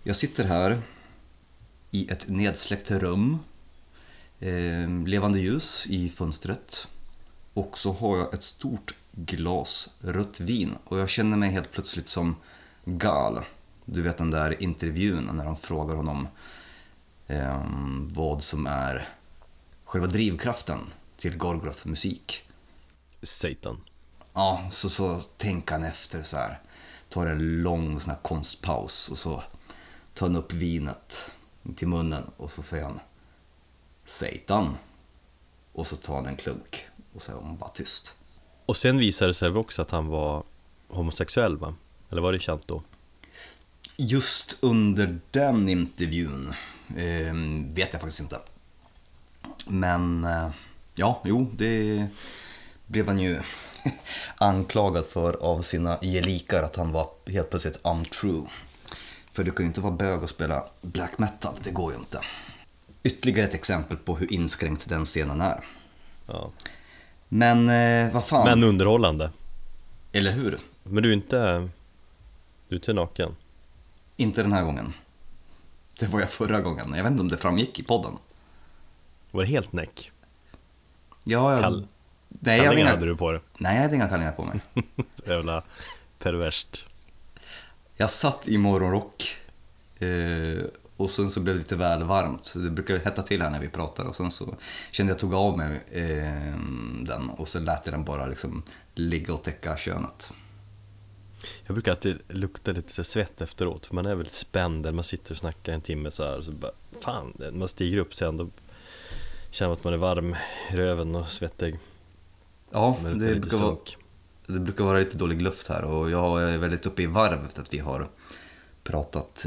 Jag sitter här i ett nedsläckt rum, levande ljus i fönstret, och så har jag ett stort glas rött vin och jag känner mig helt plötsligt som Gal. Du vet den där intervjun när de frågar honom vad som är själva drivkraften till Gorgoroth musik. Satan. Ja, så tänker han efter så här. Tar en lång sån här konstpaus och så tar han upp vinet till munnen och så säger han Satan. Och så tar han en klunk och så är hon bara tyst. Och sen visade det sig också att han var homosexuell, va? Eller var det känt då? Just under den intervjun vet jag faktiskt inte. Men det blev han ju anklagad för av sina gelikar, att han var helt plötsligt untrue. För du kan ju inte vara bög och spela black metal, det går ju inte. Ytterligare ett exempel på hur inskränkt den scenen är. Ja. Men vad fan. Men underhållande. Eller hur? Men du är inte naken. Inte den här gången. Det var jag förra gången. Jag vet inte om det framgick i podden. Var det helt näck? Ja, kallingar hade du på det. Nej, jag hade inga kallingar på mig. Jävla perverst. Jag satt i morgonrock och sen så blev det lite väl varmt. Det brukar hetta till här när vi pratar. Och sen så kände jag tog av mig den och så lät jag den bara liksom ligga och täcka könet. Jag brukar alltid lukta lite så svett efteråt, för man är väldigt spänd när man sitter och snackar en timme så här, och så bara, fan, man stiger upp sen då känner man att man är varm i röven och svettig. Ja, det brukar vara lite dålig luft här och jag är väldigt uppe i varv efter att vi har pratat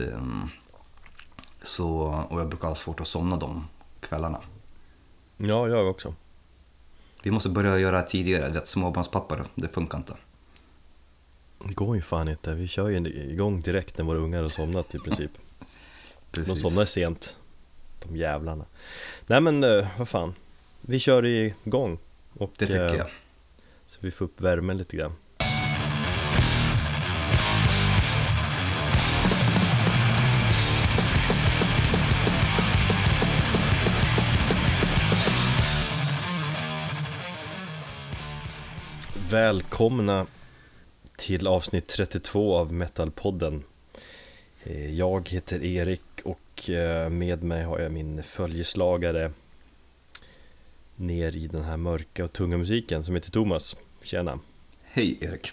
och jag brukar ha svårt att somna de kvällarna. Ja, jag också. Vi måste börja göra det tidigare, vet, småbarnspappor, det funkar inte. Det går ju fan inte, vi kör ju igång direkt när våra ungar har somnat i princip. Precis. De somnar sent, de jävlarna. Nej men vad fan, vi kör igång. Och, det tycker jag. Så vi får upp värmen lite grann. Välkomna till avsnitt 32 av Metalpodden. Jag heter Erik och med mig har jag min följeslagare ner i den här mörka och tunga musiken som heter Thomas. Tjena. Hej Erik.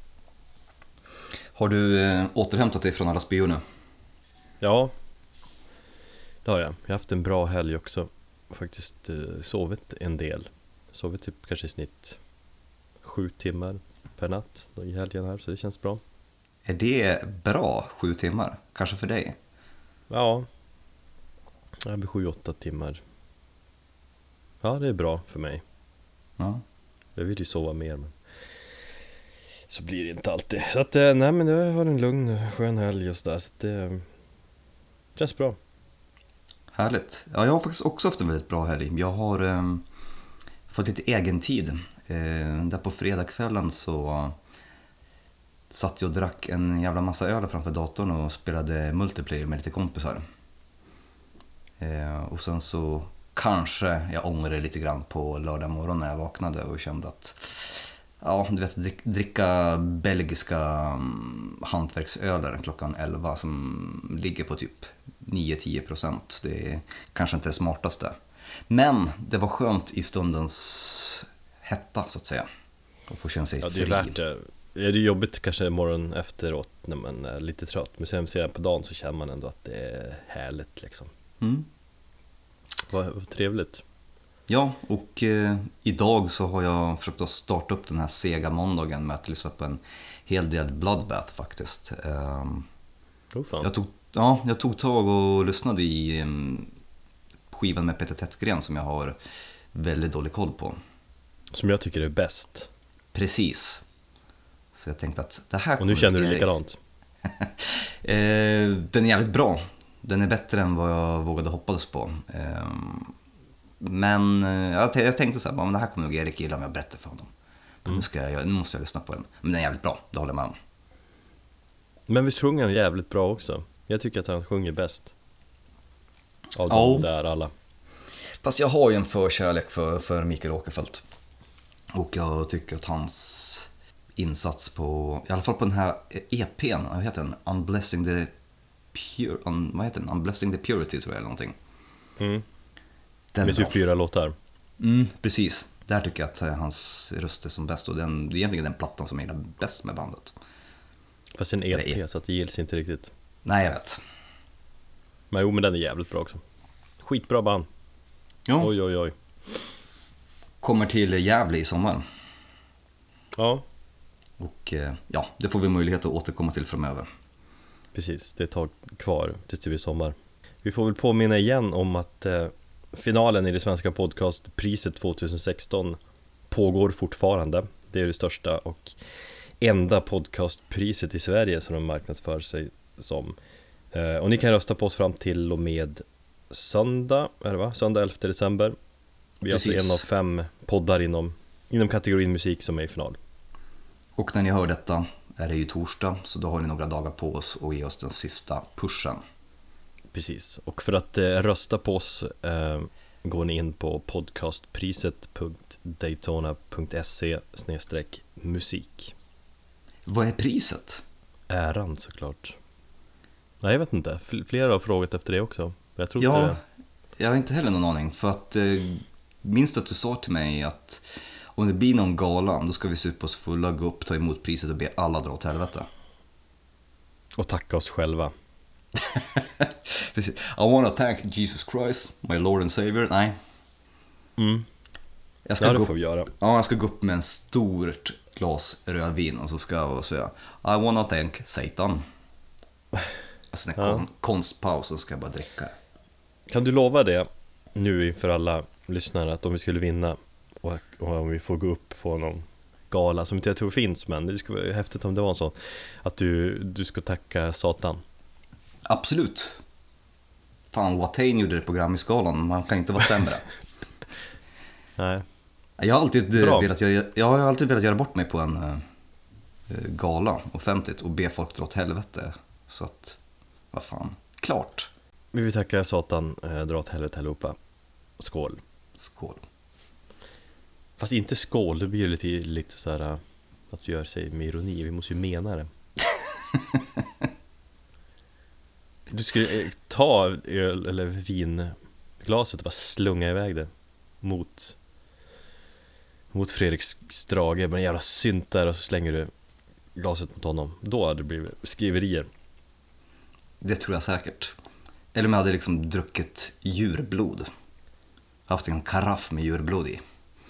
Har du återhämtat dig från alla spyor nu? Ja, det har jag. Jag har haft en bra helg också. Faktiskt sovit en del. Sovit typ kanske i snitt 7 timmar per natt i helgen här, så det känns bra. Är det bra, 7 timmar? Kanske för dig? Ja, det blir 7-8 timmar. Ja, det är bra för mig. Ja. Jag vill ju sova mer, men så blir det inte alltid. Så att, nej men jag har en lugn, skön helg och sådär, så det känns bra. Härligt. Ja, jag har faktiskt också haft en väldigt bra helg. Jag har fått lite egen tid. Där på fredagskvällen så satt jag och drack en jävla massa öl framför datorn och spelade multiplayer med lite kompisar. Och sen så kanske jag ångrade lite grann på lördag morgon när jag vaknade och kände att du vet, dricka belgiska hantverksöler klockan 11 som ligger på typ 9-10%. Det är kanske inte det smartaste. Men det var skönt i stundens hetta så att säga. Och få känna sig fri. Det är värt det. Det är jobbigt kanske morgon efteråt när man är lite trött, men sen på dagen så känner man ändå att det är härligt liksom. Vad trevligt. Ja, och idag så har jag försökt att starta upp den här sega måndagen med att lyssna på en hel del Bloodbath faktiskt. Fan. Jag tog tag och lyssnade i skivan med Peter Tättgren som jag har väldigt dålig koll på. Som jag tycker är bäst. Precis. Så jag tänkte att det här kommer. Och nu känner du likadant. Den är jävligt bra. Den är bättre än vad jag vågade hoppas på. Men jag tänkte så här, men det här kommer nog Erik gilla om jag berättar för honom. Nu måste jag lyssna på den. Men den är jävligt bra, det håller jag med om. Men vi sjunger den jävligt bra också. Jag tycker att han sjunger bäst av Ja. dem där alla. Fast jag har ju en förkärlek för Mikael Åkerfeldt. Och jag tycker att hans insats på, i alla fall på den här EP:n, vad heter den? Unblessing the Unblessing the Purity, tror jag, eller någonting. Mm. Den Med är bra. typ 4 låtar. Precis. Där tycker jag att hans röst är som bäst. Och det är egentligen den plattan som jag gillar bäst med bandet. Fast en EP, Det är- så att det gills inte riktigt. Nej, jag vet. Men jo, men den är jävligt bra också. Skitbra band. Ja. Oj, oj, oj. Kommer till Gävle i sommar. Ja, Och ja, det får vi möjlighet att återkomma till framöver. precis. Det är ett tag kvar tills det blir sommar. Vi får väl påminna igen om att finalen i det svenska podcastpriset 2016 pågår fortfarande. Det är det största och enda podcastpriset i Sverige som de marknadsför sig som. Och ni kan rösta på oss fram till och med söndag, är det va? Söndag 11 december. Vi är alltså Precis. en av 5 poddar inom kategorin musik som är i final. Och när ni hör detta är det ju torsdag, så då har ni några dagar på oss och ge oss den sista pushen. Precis, och för att rösta på oss går ni in på podcastpriset.daytona.se/musik. Vad är priset? Äran såklart. Nej, jag vet inte, flera har frågat efter det också. Jag tror inte Ja, det. jag har inte heller någon aning. För att minst att du sa till mig att om det blir någon gala, då ska vi supa oss fulla, gå upp, ta emot priset och be alla dra åt helvete. Och tacka oss själva. Precis. I wanna thank Jesus Christ, my Lord and Savior. Nej. Jag ska Ja, gå det upp, får vi göra. ja, jag ska gå upp med en stort glas rödvin och så ska jag säga I wanna thank Satan. Alltså den konstpausen ska jag bara dricka. Kan du lova det nu inför alla lyssnare att om vi skulle vinna och om vi får gå upp på någon gala som inte jag tror finns, men det skulle vara häftigt om det var en sån, att du ska tacka Satan. Absolut. Fan, Watain gjorde det på Grammy-skalan. Man kan inte vara sämre. Nej. Jag har alltid Bra. velat göra bort mig på en gala offentligt och be folk dra åt helvete. Så att, vad fan, klart. Vi vill tacka Satan, dra åt helvete allihopa. Och skål. Skål. Fast inte skål, det blir ju lite så här att vi gör sig med ironi. Vi måste ju mena det. Du ska ta öl eller vinglaset och bara slunga iväg det mot Fredrik Strage med en jävla synt där, och så slänger du glaset mot honom. Då hade det blivit skriverier. Det tror jag säkert. Eller om jag hade liksom druckit djurblod. Haft en karaff med djurblod i.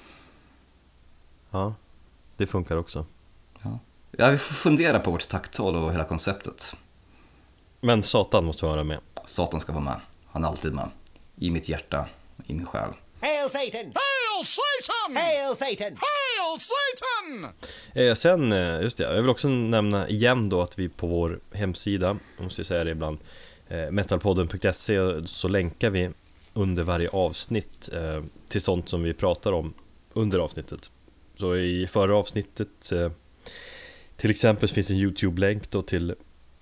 Ja, det funkar också. Ja, vi får fundera på vårt tacktal och hela konceptet. Men Satan måste vara med. Satan ska vara med. Han är alltid med. I mitt hjärta, i min själ. Hail Satan! Hail Satan! Hail Satan! Hail Satan! Sen, just det, jag vill också nämna igen då att vi på vår hemsida, jag måste säga det ibland, metalpodden.se, så länkar vi under varje avsnitt till sånt som vi pratar om under avsnittet. Så i förra avsnittet till exempel finns en YouTube-länk då till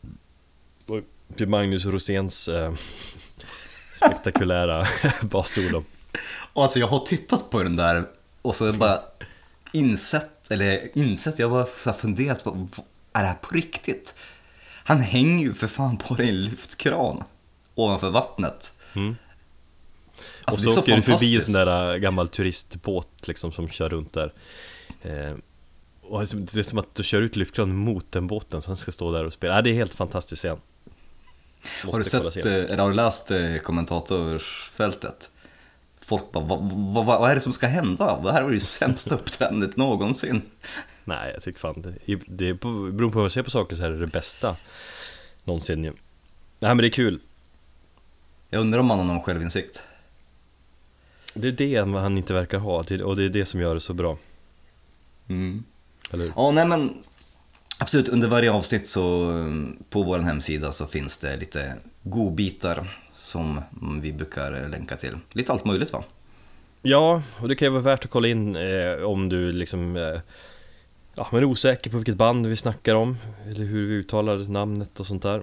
Magnus Roséns spektakulära bassolo. Och alltså jag har tittat på den där och så bara insett, jag bara så här funderat på, är det här på riktigt? Han hänger ju för fan på en lyftkran ovanför vattnet. Alltså, Och så åker du förbi en fantastiskt. sån där gammal turistbåt liksom, som kör runt där. Och det är som att du kör ut lyftkranen mot den båten så han ska stå där och spela. Det är helt fantastiskt sen. Har du sett, eller har du läst kommentatorsfältet? Folk bara, vad är det som ska hända? Det här var ju sämsta uppträdandet någonsin. Nej, jag tycker fan det beror på hur man ser på saker, så här är det bästa någonsin ju. Nej, men det är kul. Jag undrar om han har någon självinsikt. Det är det han inte verkar ha, och det är det som gör det så bra. Eller hur? Ja, nej men absolut, under varje avsnitt så på vår hemsida så finns det lite godbitar som vi brukar länka till. Lite allt möjligt, va? Ja, och det kan ju vara värt att kolla in om du liksom men är osäker på vilket band vi snackar om eller hur vi uttalar namnet och sånt där.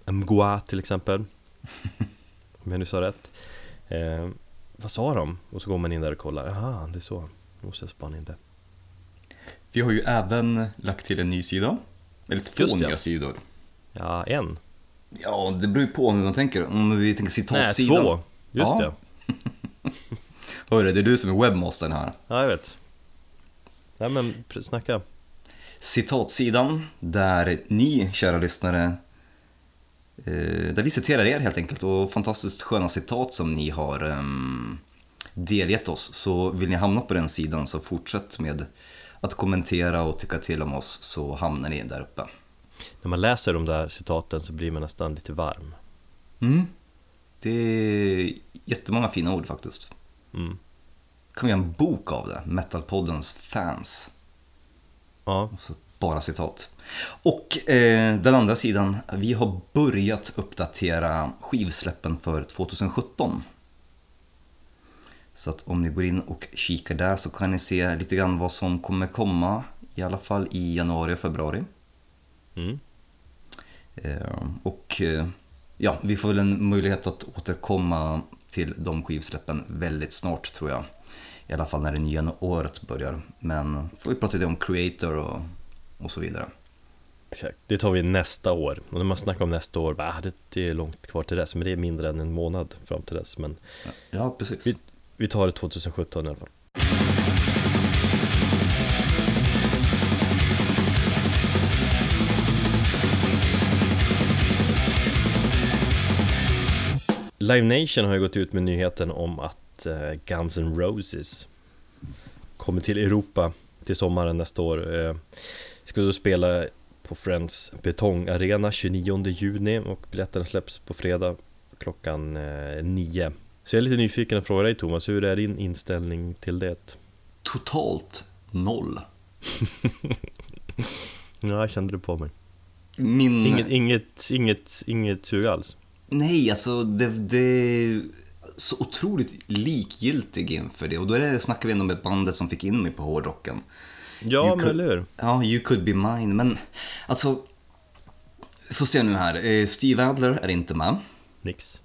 Mgwa till exempel. Om jag nu sa rätt. Vad sa de? Och så går man in där och kollar. Jaha, det är så. Nu måste jag spana in det. Vi har ju även lagt till en ny sida. Eller 2 nya sidor. Ja, en. Ja, det beror ju på hur man tänker. Om vi tänker citatsidan. 2. Just ja. det. Hörru, det är du som är webbmastern här. Ja, jag vet. Nej, men snacka. Citatsidan, där ni, kära lyssnare, där vi citerar er helt enkelt. Och fantastiskt sköna citat som ni har delgett oss. Så vill ni hamna på den sidan, så fortsätt med att kommentera och tycka till om oss, så hamnar ni där uppe. När man läser de där citaten så blir man nästan lite varm. Det är jättemånga fina ord faktiskt. Kan vi göra en bok av det? Metalpoddens fans. Ja. Och så bara citat. Och den andra sidan, vi har börjat uppdatera skivsläppen för 2017. Så att om ni går in och kikar där, så kan ni se lite grann vad som kommer komma, i alla fall i januari och februari. Och ja, vi får väl en möjlighet att återkomma till de skivsläppen väldigt snart, tror jag. I alla fall när det nya året börjar. Men får vi prata lite om Creator och så vidare. Exakt, det tar vi nästa år. Och när man snackar om nästa år, det är långt kvar till dess. Men det är mindre än en månad fram till dess. Men ja, precis. Vi tar det 2017 i alla fall. Live Nation har ju gått ut med nyheten om att Guns N' Roses kommer till Europa till sommaren nästa år. Ska då spela på Friends Betongarena 29 juni och biljetterna släpps på fredag klockan 9. Så jag är lite nyfiken att fråga dig, Thomas, hur är din inställning till det? Totalt 0. Ja, jag kände det på mig. Inget sug alls. Nej, alltså det är så otroligt likgiltig inför det. Och då snackar vi ändå med bandet som fick in mig på hårdrocken. Ja, men eller hur? Ja, You Could Be Mine. Men alltså, vi får se nu här. Steve Adler är inte med. Nix.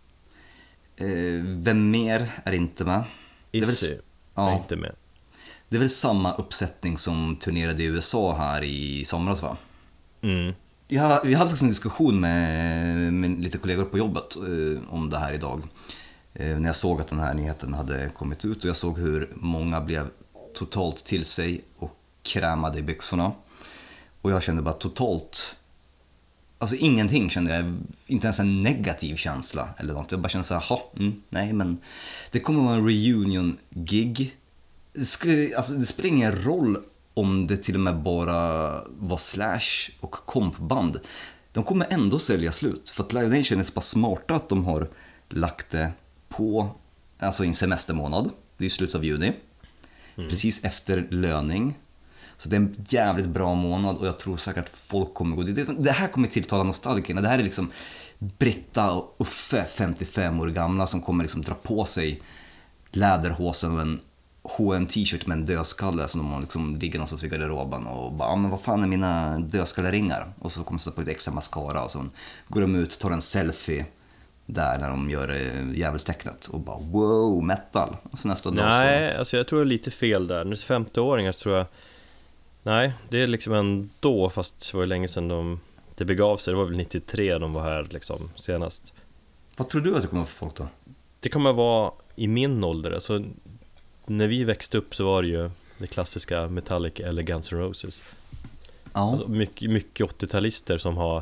Vem mer är inte med? Izzy är inte med. Det är väl samma uppsättning som turnerade i USA här i somras, va? Vi hade faktiskt en diskussion med lite kollegor på jobbet om det här idag. När jag såg att den här nyheten hade kommit ut, och jag såg hur många blev totalt till sig och krämade i byxorna. Och jag kände bara totalt, alltså ingenting kände jag, inte ens en negativ känsla eller något. Jag bara kände så här, nej, men det kommer vara en reunion-gig. Det spelar ingen roll om det till och med bara var Slash och kompband. De kommer ändå sälja slut, för att Live Nation är så pass smarta att de har lagt det på, alltså i en semestermånad. Det är slutet av juni. Precis efter löning. Så det är en jävligt bra månad, och jag tror säkert att folk kommer gå dit. Det här kommer tilltala nostalgikerna. Det här är liksom Britta och Uffe, 55 år gamla, som kommer liksom dra på sig läderhosen och en H&M-t-shirt med en dödskalle som de liksom ligger någonstans i garderoben och bara, men vad fan är mina dödskalleringar? Och så kommer de sätta på lite extra mascara, och så går de ut och tar en selfie där när de gör djävulstecknet och bara, wow, metal. Och så nästa dag Nej, alltså jag tror det är lite fel där. Nu är 50-åringar tror jag. Nej, det är liksom ändå, fast det var ju länge sedan det begav sig. Det var väl 93 de var här liksom senast. Vad tror du att det kommer för folk då? Det kommer vara i min ålder. Alltså, när vi växte upp så var det ju det klassiska Metallica eller Guns N' Roses. Ja. Alltså, mycket 80-talister som har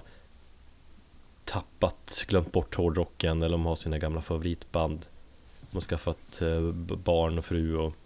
glömt bort hårdrocken, eller de har sina gamla favoritband. De har skaffat barn och fru och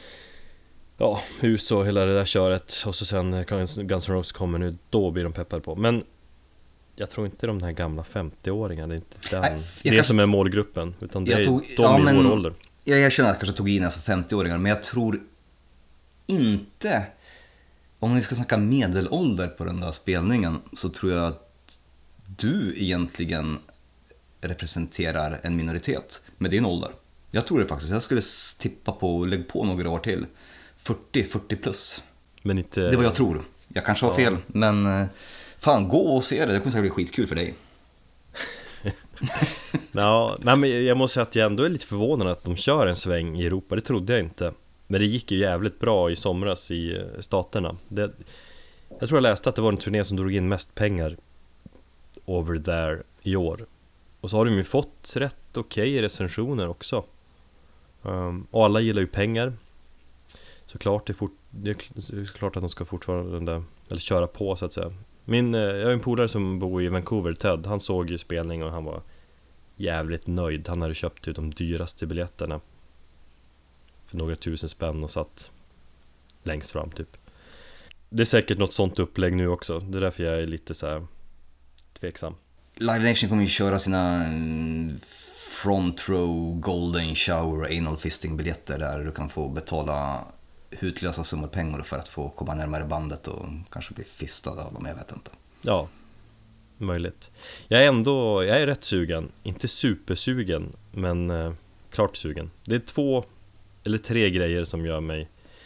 hus och hela det där köret. Och så sen Guns N' Roses kommer nu, då blir de peppade på. Men jag tror inte de här gamla 50-åringarna, det är inte det som är målgruppen, utan det är de i vår ålder. Jag känner att jag kanske tog in 50-åringar, men jag tror inte, om vi ska snacka medelålder på den där spelningen, så tror jag att du egentligen representerar en minoritet med din ålder. Jag tror det faktiskt. Jag skulle tippa på, lägg på några år till, 40 plus. Men inte... Det är vad jag tror. Jag kanske har fel, men fan, gå och se det. Det kommer säkert bli skitkul för dig. Nej, men jag måste säga att jag ändå är lite förvånad att de kör en sväng i Europa. Det trodde jag inte. Men det gick ju jävligt bra i somras i staterna. Jag tror jag läste att det var en turné som drog in mest pengar over there i år. Och så har de ju fått rätt okej recensioner också. Och alla gillar ju pengar. Såklart det är klart att de ska fortfarande eller köra på så att säga. Jag har en polare som bor i Vancouver, Ted. Han såg ju spelning och han var jävligt nöjd. Han hade köpt ut de dyraste biljetterna för några tusen spänn och satt längst fram typ. Det är säkert något sånt upplägg nu också. Det är därför jag är lite så här tveksam. Live Nation kommer ju köra sina front row, golden shower, anal fisting biljetter där du kan få betala hutlösa summor pengar för att få komma närmare bandet och kanske bli fistad av dem, jag vet inte. Ja, möjligt. Jag är rätt sugen, inte supersugen, men klart sugen. Det är 2 eller 3 grejer som gör mig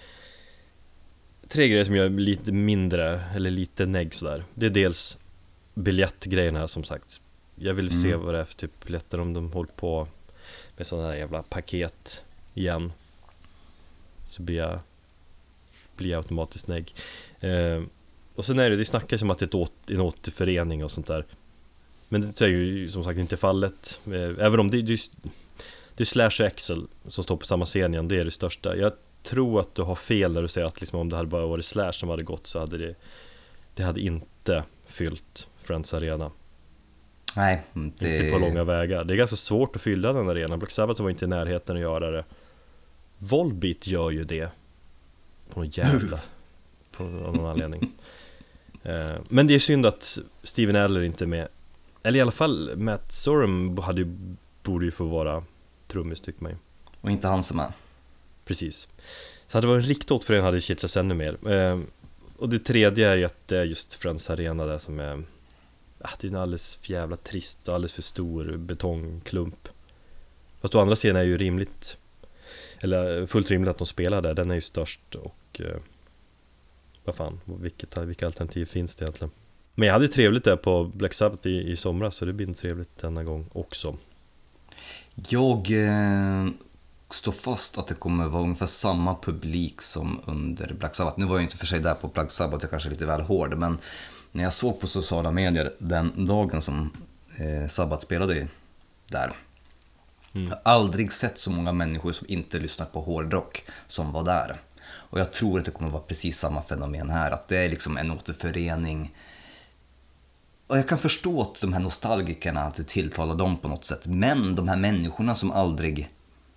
lite mindre eller lite negg sådär. Det är dels biljettgrejerna här som sagt. Jag vill se vad det är för typ biljetter, om de håller på med sådana här jävla paket igen. Så blir jag automatiskt negg. Och sen är det snackas om att det är en återförening och sånt där. Men det är ju som sagt inte fallet. Även om det är Slash och Axel som står på samma scen igen, det är det största. Jag tror att du har fel när du säger att liksom, om det hade bara varit Slash som hade gått så hade det hade inte fyllt Friends Arena. Nej, inte på långa vägar. Det är ganska svårt att fylla den arenan. Black Sabbath var inte i närheten att göra det. Volbeat gör ju det på någon anledning. Men det är synd att Steven Adler inte är med. Eller i alla fall Matt Sorum borde ju få vara trummis tycker man ju. Och inte han som är. Precis. Så hade det varit en riktigt åt för den hade kittlats ännu mer. Och det tredje är ju att det är just Friends Arena där som är det är en alldeles för jävla trist och alldeles för stor betongklump. Fast å andra sidan är ju rimligt, eller fullt rimligt att de spelar där. Den är ju störst och vad fan, vilka alternativ finns det egentligen? Men jag hade trevligt där på Black Sabbath i somras, så det blir trevligt denna gång också. Jag står fast att det kommer vara ungefär samma publik som under Black Sabbath. Nu var jag inte för sig där på Black Sabbath, jag kanske är lite väl hård, men när jag såg på sociala medier den dagen som Sabbath spelade där, jag har aldrig sett så många människor som inte lyssnar på hårdrock som var där. Och jag tror att det kommer vara precis samma fenomen här, att det är liksom en återförening. Och jag kan förstå att de här nostalgikerna, att det tilltalar dem på något sätt. Men de här människorna som aldrig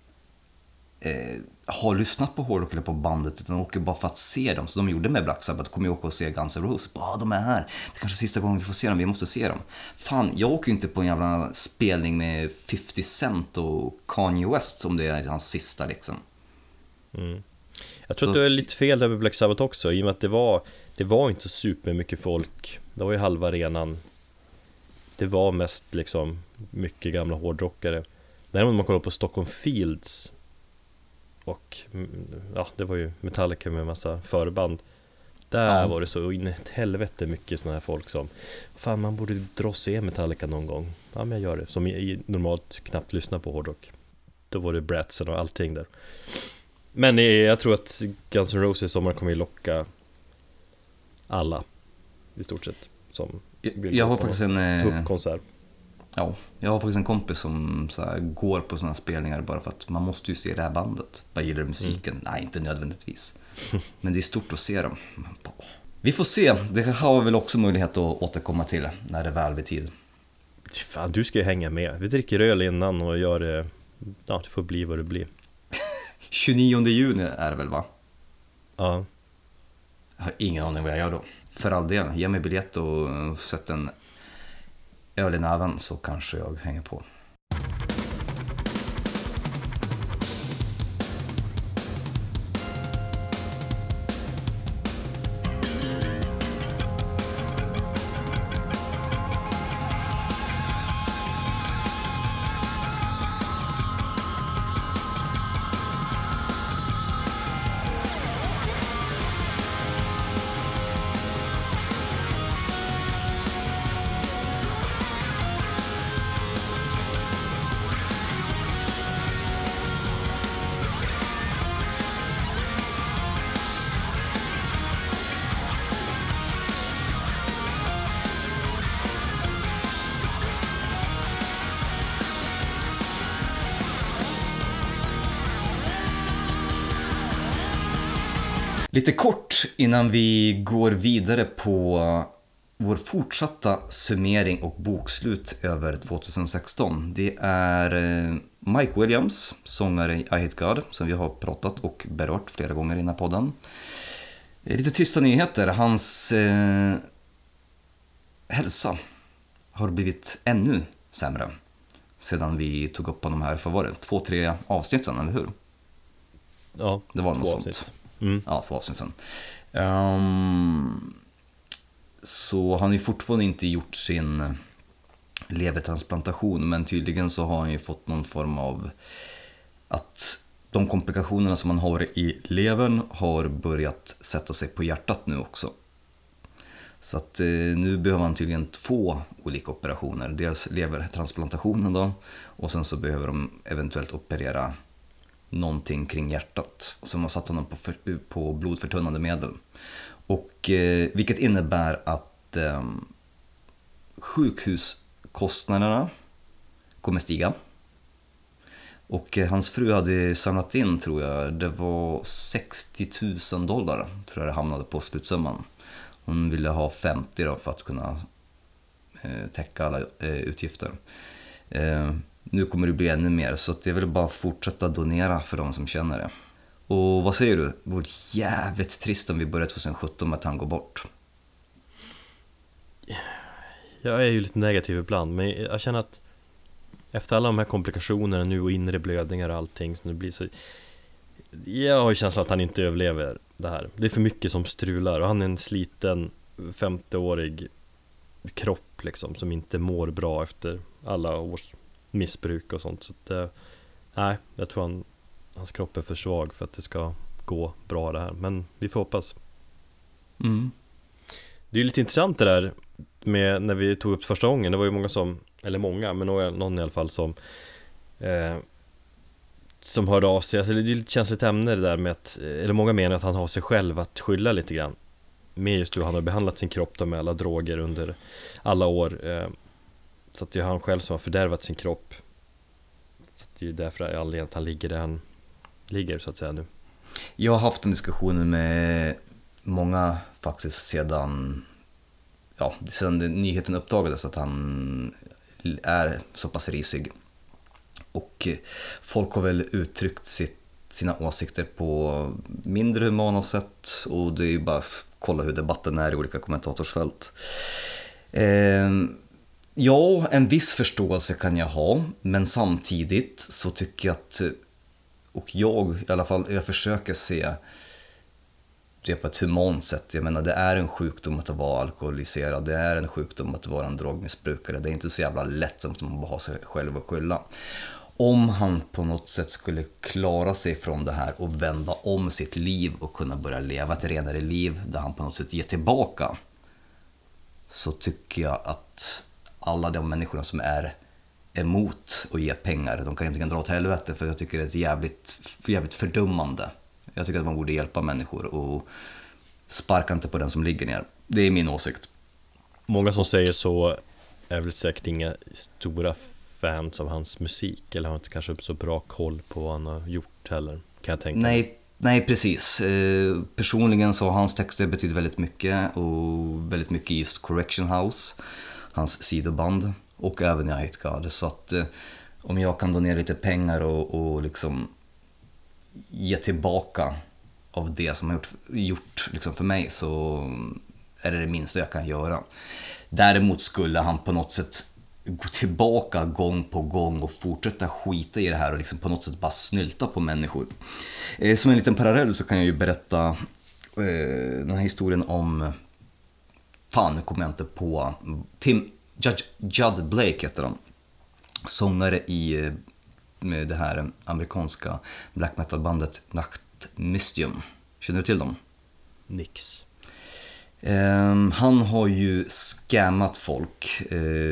har lyssnat på hårdrock eller på bandet, utan åker bara för att se dem, så de gjorde med Black Sabbath, kommer ju åka och se Guns N' Roses. De är här, det är kanske sista gången vi får se dem, vi måste se dem. Fan, jag åker ju inte på en jävla spelning med 50 Cent och Kanye West om det är hans sista liksom. Jag tror att du är lite fel där med Black Sabbath också, i och med att det var inte så supermycket folk. Det var ju halva arenan. Det var mest liksom mycket gamla hårdrockare. Däremot man kollar på Stockholm Fields, och det var ju Metallica med en massa förband. Där var det så in ett helvete mycket såna här folk som fan, man borde dra och se Metallica någon gång. Ja, men jag gör det. Som normalt knappt lyssnar på hårdrock. Då var det Bratsen och allting där. Men jag tror att Guns N' Roses sommar kommer att locka alla i stort sett som jag har faktiskt en tuff konsert. Ja, jag har faktiskt en kompis som så här, går på såna spelningar bara för att man måste ju se det här bandet. Vad gillar musiken? Nej, inte nödvändigtvis. Men det är stort att se dem. Vi får se, det har väl också möjlighet att återkomma till när det väl blir tid. Fan, du ska ju hänga med. Vi dricker öl innan och gör det. Ja, det får bli vad det blir. 29 juni är det väl, va? Ja. Jag har ingen aning vad jag gör då. För all del, ge mig biljett och sätt en öl i näven så kanske jag hänger på. Lite kort innan vi går vidare på vår fortsatta summering och bokslut över 2016. Det är Mike Williams, sångare i I Hate God, som vi har pratat och berört flera gånger i den här podden. Lite trista nyheter. Hans hälsa har blivit ännu sämre sedan vi tog upp honom här för 2-3 avsnitt sedan, eller hur? Ja, det var något 2 sånt. avsnitt. Ja, 2 avsnitt sedan. Så han har ju fortfarande inte gjort sin levertransplantation, men tydligen så har han ju fått någon form av att de komplikationerna som man har i levern har börjat sätta sig på hjärtat nu också. Så att nu behöver han tydligen 2 olika operationer. Dels levertransplantationen då, och sen så behöver de eventuellt operera någonting kring hjärtat. Så de har satt honom på blodförtunnande medel. Och vilket innebär att sjukhuskostnaderna kommer stiga. Och hans fru hade samlat in, tror jag, det var $60,000 tror jag det hamnade på slutsumman. Hon ville ha 50 då för att kunna täcka alla utgifter. Nu kommer det bli ännu mer, så att jag vill bara fortsätta donera för de som känner det. Och vad säger du? Det vore jävligt trist om vi börjar 2017 med att han går bort. Jag är ju lite negativ ibland, men jag känner att efter alla de här komplikationerna nu och inre blödningar och allting, så det blir så... Jag har ju känslan att han inte överlever det här. Det är för mycket som strular, och han är en sliten 50-årig kropp liksom, som inte mår bra efter alla års missbruk och sånt. Så att, nej, jag tror hans kropp är för svag för att det ska gå bra det här. Men vi får hoppas. Det är ju lite intressant det där med när vi tog upp första gången. Det var ju många som, eller många, men någon i alla fall som hörde av sig. Alltså det är lite känsligt ämne det där med att, eller många menar att han har sig själv att skylla lite grann. Med just hur han har behandlat sin kropp då med alla droger under alla år. Så att det är han själv som har fördärvat sin kropp. Så att det är ju därför anledningen att han ligger där han ligger, så att säga, nu. Jag har haft en diskussion med många faktiskt sedan nyheten uppdagades att han är så pass risig. Och folk har väl uttryckt sina åsikter på mindre humana sätt, och det är ju bara att kolla hur debatten är i olika kommentatorsfält. Ja, en viss förståelse kan jag ha, men samtidigt så tycker jag att, och jag i alla fall, jag försöker se det på ett humant sätt. Jag menar, det är en sjukdom att vara alkoholiserad, det är en sjukdom att vara en drogmissbrukare. Det är inte så jävla lätt som att man bara har sig själv att skylla. Om han på något sätt skulle klara sig från det här och vända om sitt liv och kunna börja leva ett renare liv där han på något sätt ger tillbaka, så tycker jag att alla de människorna som är emot att ge pengar, de kan egentligen dra åt helvete, för jag tycker det är jävligt fördummande. Jag tycker att man borde hjälpa människor och sparka inte på den som ligger ner. Det är min åsikt. Många som säger så är väl säkert inga stora fans av hans musik, eller har inte kanske så bra koll på vad han har gjort heller, kan jag tänka. Nej, precis. Personligen så har hans texter betytt väldigt mycket, och väldigt mycket just Correction House, hans sidoband, och även i I Hate God. Så att om jag kan donera lite pengar och liksom ge tillbaka av det som har gjort liksom för mig, så är det minsta jag kan göra. Däremot skulle han på något sätt gå tillbaka gång på gång och fortsätta skita i det här och liksom på något sätt bara snylta på människor. Som en liten parallell så kan jag ju berätta den här historien om, nu kommer jag inte på, Judd Blake heter han, sångare i med det här amerikanska black metal bandet Nachtmystium. Känner du till dem? Nix. Han har ju scammat folk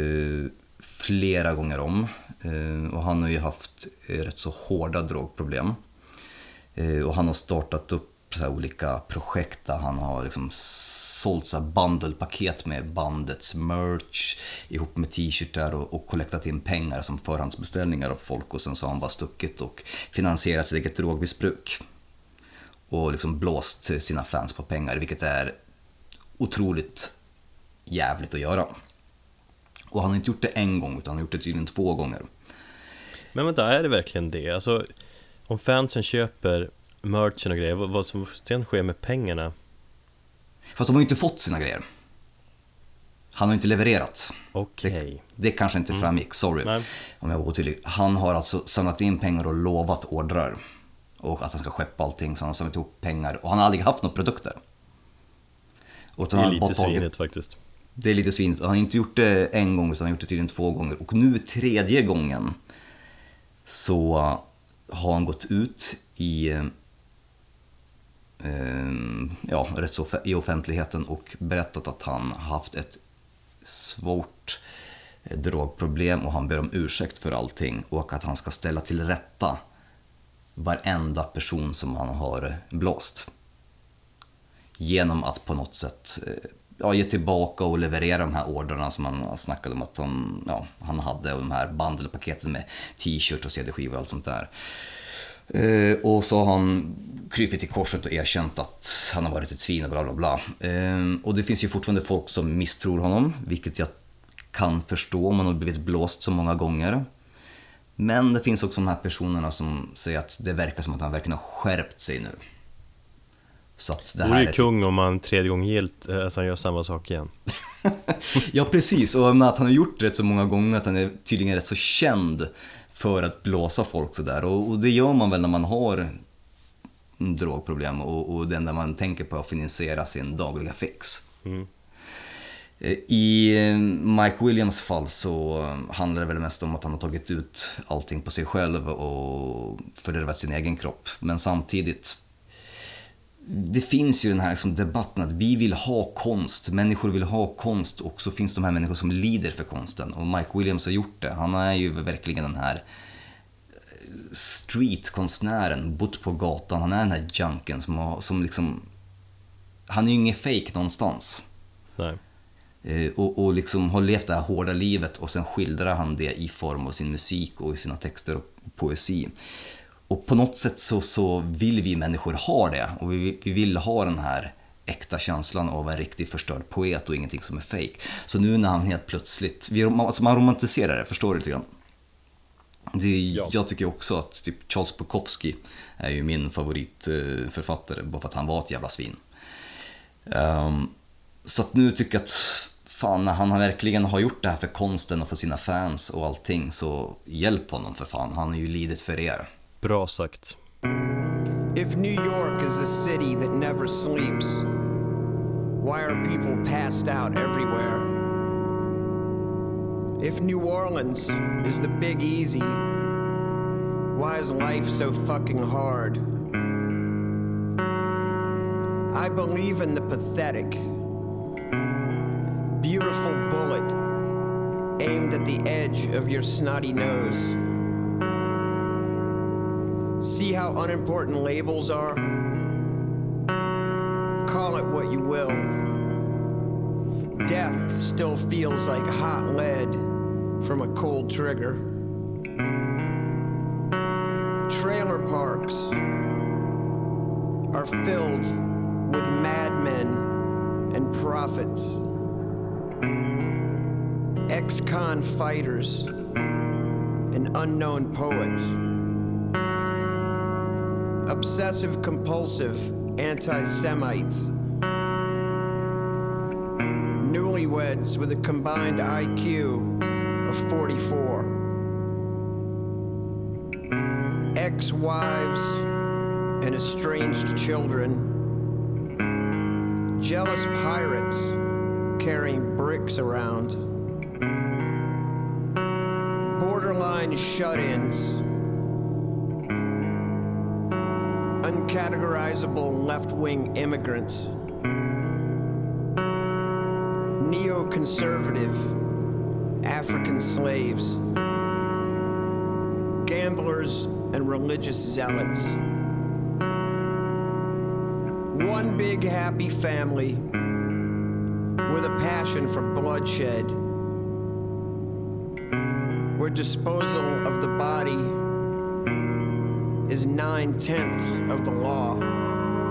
flera gånger om, och han har ju haft rätt så hårda drogproblem, och han har startat upp så här olika projekt där han har liksom sålt så här bundlepaket med bandets merch ihop med t-shirtar och kollektat in pengar som förhandsbeställningar av folk, och sen så har han bara stuckit och finansierat sitt eget drogmissbruk. och liksom blåst sina fans på pengar, vilket är otroligt jävligt att göra. Och han har inte gjort det en gång, utan han har gjort det tydligen 2 gånger. Men vänta, är det verkligen det? Alltså, om fansen köper merchen och grejer, vad som sen sker med pengarna? Fast de har ju inte fått sina grejer. Han har inte levererat. Okej. Det kanske inte framgick, sorry. Nej. Om jag var otydlig. Han har alltså samlat in pengar och lovat ordrar. Och att han ska skeppa allting, så han har samlat ihop pengar. Och han har aldrig haft några produkter. Det är lite svinigt faktiskt. Det är lite svinigt. Han har inte gjort det en gång, utan han har gjort det tydligen 2 gånger. Och nu 3:e gången så har han gått ut i rätt så i offentligheten och berättat att han haft ett svårt drogproblem och han ber om ursäkt för allting och att han ska ställa till rätta varenda person som han har blåst genom att på något sätt ge tillbaka och leverera de här orderna som han snackade om att han hade, och de här bandelpaketen med t-shirt och cd-skivor och allt sånt där. Och så har han krypit i korset och erkänt att han har varit ett svin och bla bla bla. Och det finns ju fortfarande folk som misstror honom, vilket jag kan förstå om man har blivit blåst så många gånger. Men det finns också de här personerna som säger att det verkar som att han verkligen har skärpt sig nu. Så att det här är kung om han 3:e gången gillt att han gör samma sak igen. Ja, precis. Och att han har gjort det så många gånger att han är tydligen rätt så känd för att blåsa folk sådär. Och det gör man väl när man har drogproblem och det enda man tänker på är att finansiera sin dagliga fix. I Mike Williams fall så handlar det väl mest om att han har tagit ut allting på sig själv och fördärvat sin egen kropp. Men samtidigt, det finns ju den här liksom debatten att vi vill ha konst, människor vill ha konst, och så finns de här människor som lider för konsten. Och Mike Williams har gjort det. Han är ju verkligen den här streetkonstnären, bott på gatan. Han är den här junken som liksom, han är ju ingen fake någonstans. Nej. Och liksom har levt det här hårda livet, och sen skildrar han det i form av sin musik och i sina texter och poesi. Och på något sätt så vill vi människor ha det, och vi vill ha den här äkta känslan av en riktigt förstörd poet och ingenting som är fake. Så nu när han helt plötsligt, man romantiserar det, förstår du lite grann? Jag tycker också att typ Charles Bukowski är ju min favoritförfattare, bara för att han var ett jävla svin. Så att nu tycker jag att fan, när han verkligen har gjort det här för konsten och för sina fans och allting, så hjälp honom för fan, han är ju lidit för er. Bra sagt. If New York is a city that never sleeps, why are people passed out everywhere? If New Orleans is the Big Easy, why is life so fucking hard? I believe in the pathetic. Beautiful bullet aimed at the edge of your snotty nose. See how unimportant labels are? Call it what you will. Death still feels like hot lead from a cold trigger. Trailer parks are filled with madmen and prophets. Ex-con fighters and unknown poets. Obsessive-compulsive anti-Semites. Newlyweds with a combined IQ of 44. Ex-wives and estranged children. Jealous pirates carrying bricks around. Borderline shut-ins. Uncategorizable left-wing immigrants. Neoconservative African slaves. Gamblers and religious zealots. One big happy family with a passion for bloodshed, where disposal of the body is 9/10 of the law.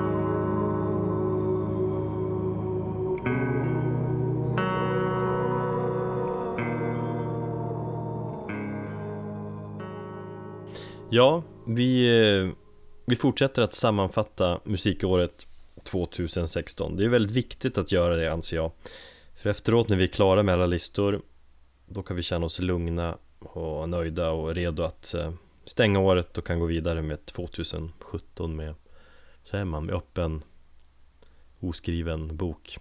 Ja, vi fortsätter att sammanfatta musikåret 2016. Det är väldigt viktigt att göra det, anser jag. För efteråt när vi är klara med alla listor, då kan vi känna oss lugna och nöjda och redo att stänga året och kan gå vidare med 2017 med, säger man, med öppen, oskriven bok.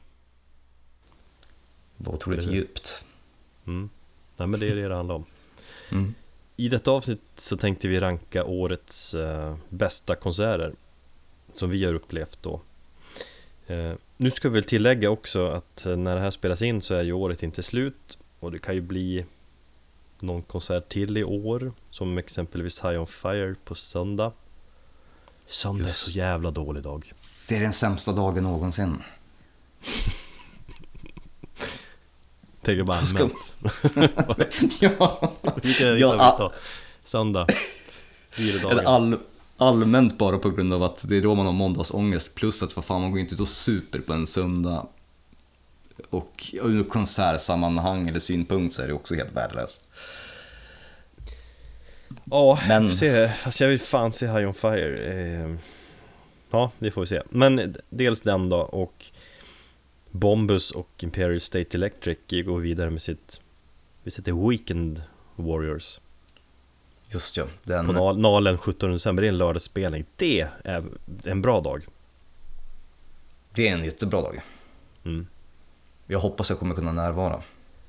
Vad otroligt djupt. Nej, men det är det handlar om. Mm. I detta avsnitt så tänkte vi ranka årets bästa konserter som vi har upplevt då. Nu ska vi väl tillägga också att när det här spelas in så är ju året inte slut, och det kan ju bli någon konsert till i år, som exempelvis High on Fire på söndag. Söndag är så jävla dålig dag. Det är den sämsta dagen någonsin. Tänker bara allmänt. Ja. Vilken är din favorit då? Söndag. Eller allmänt bara på grund av att det är då man har måndagsångest. Plus att för fan, man går inte ut och super på en söndag. Och ur konsertsammanhang eller synpunkt så är det också helt värdelöst. Ja, fast jag vill fan se High on Fire. Ja, det får vi se. Men dels den då, och Bombus och Imperial State Electric går vidare med sitt Weekend Warriors. Just ja, den... På Nalen 17 december, det är en lördagsspelning. Det är en bra dag. Det är en jättebra dag. Mm. Jag hoppas jag kommer kunna närvara.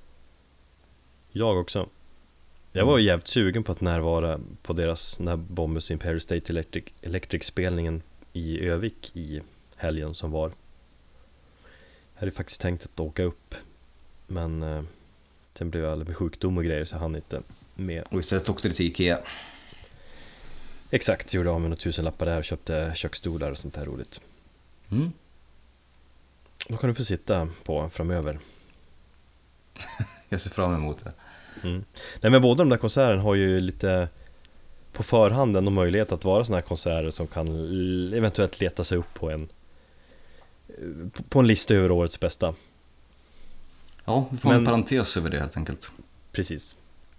Jag också. Jag var jävligt sugen på att närvara på deras Bombus Imperial State Electric-spelningen i Övik i helgen som var. Jag hade faktiskt tänkt att åka upp, men sen blev jag alldeles med sjukdom och grejer så jag hann inte med. Och istället åkte det till Ikea. Exakt, gjorde av med några tusenlappar där och köpte köksstolar och sånt här roligt. Mm. Då kan du få sitta på framöver. Jag ser fram emot det. Mm. Nej, men båda de där konserterna har ju lite på förhand en möjlighet att vara såna här konserter som kan eventuellt leta sig upp på en lista över årets bästa. Ja, vi får en parentes över det helt enkelt. Precis.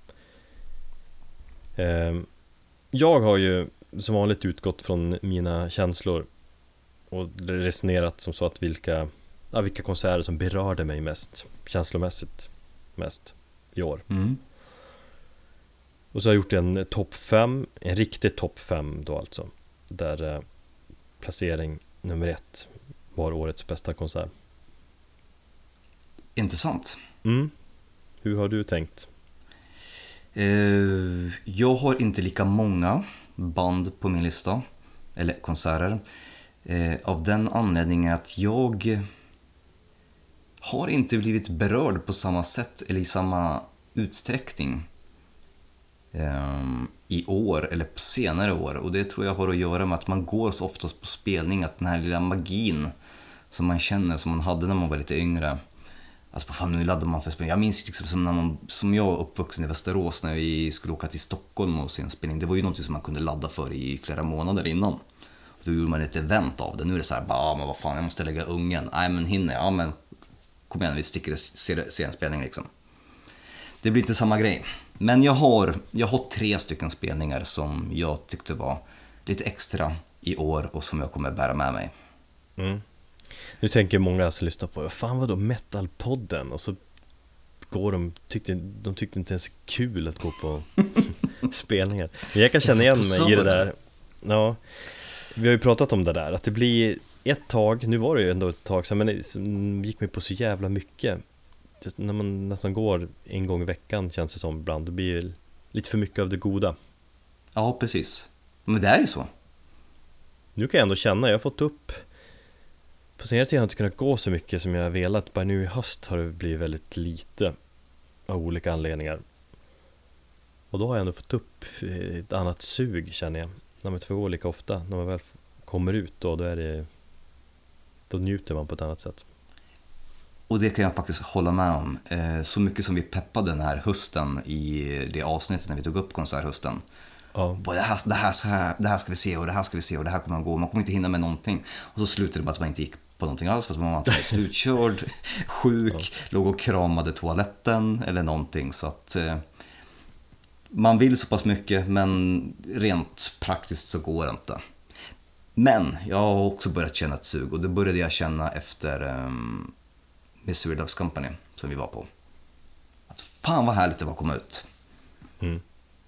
Jag har ju som vanligt utgått från mina känslor och resonerat som så att vilka konserter som berörde mig mest, känslomässigt mest i år. Mm. Och så har jag gjort en topp 5, en riktig topp 5 då alltså, där placering nummer 1 var årets bästa konsert. Intressant. Hur har du tänkt? Jag har inte lika många band på min lista, eller konserter, av den anledningen att jag har inte blivit berörd på samma sätt eller i samma utsträckning i år eller på senare år. Och det tror jag har att göra med att man går så oftast på spelning, att den här lilla magin som man känner som man hade när man var lite yngre. Alltså fan, nu laddar man för spelning. Jag minns liksom som jag var uppvuxen i Västerås när vi skulle åka till Stockholm och se en spelning. Det var ju något som man kunde ladda för i flera månader innan. Och då gjorde man ett event av det. Nu är det så här, men vad fan, jag måste lägga ungen. Nej men hinner jag? Ja men kom igen, vi sticker och ser en spelning liksom. Det blir inte samma grej. Men jag har 3 stycken spelningar som jag tyckte var lite extra i år och som jag kommer bära med mig. Mm. Nu tänker många som lyssnar på, fan vad då Metalpodden, och så går de tyckte inte ens kul att gå på spelningar. Men jag kan känna igen mig i det där. Ja, vi har ju pratat om det där, att det blir ett tag, nu var det ju ändå ett tag sedan, men det gick mig på så jävla mycket. När man nästan går en gång i veckan känns det som ibland, det blir lite för mycket av det goda. Ja, precis. Men det är ju så. Nu kan jag ändå känna, jag har fått upp på senare tid har jag inte kunnat gå så mycket som jag velat. Bara nu i höst har det blivit väldigt lite av olika anledningar. Och då har jag ändå fått upp ett annat sug, känner jag. När man inte får gå lika ofta. När man väl kommer ut då njuter man på ett annat sätt. Och det kan jag faktiskt hålla med om. Så mycket som vi peppade den här hösten i det avsnittet när vi tog upp konserthösten. Ja. Det här ska vi se och det här ska vi se och det här kommer att gå. Man kommer inte hinna med någonting. Och så slutade det med att man inte gick på någonting alls för att man var inte slutkörd, sjuk, låg och kramade toaletten eller någonting. Så att Man vill så pass mycket, men rent praktiskt så går det inte. Men jag har också börjat känna ett sug, och det började jag känna efter Misery Loves Company som vi var på. Att fan vad härligt det var att komma ut. Mm.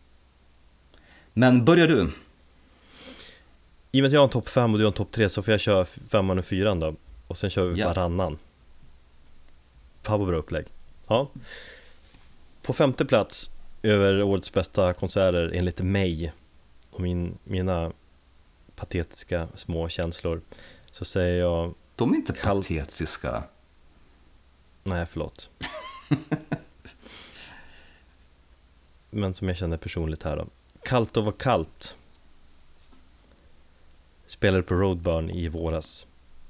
Men börjar du? I och med att jag har en topp 5 och du har en topp 3 så får jag köra 5 och 4 då. Och sen kör vi varannan. Fan vad bra upplägg. Ja. På 5:e plats över årets bästa konserter enligt mig och mina patetiska små känslor, så säger jag... De är inte patetiska. Nej, förlåt. Men som jag känner personligt här då. Kallt och var kallt. Spelade på Roadburn i våras.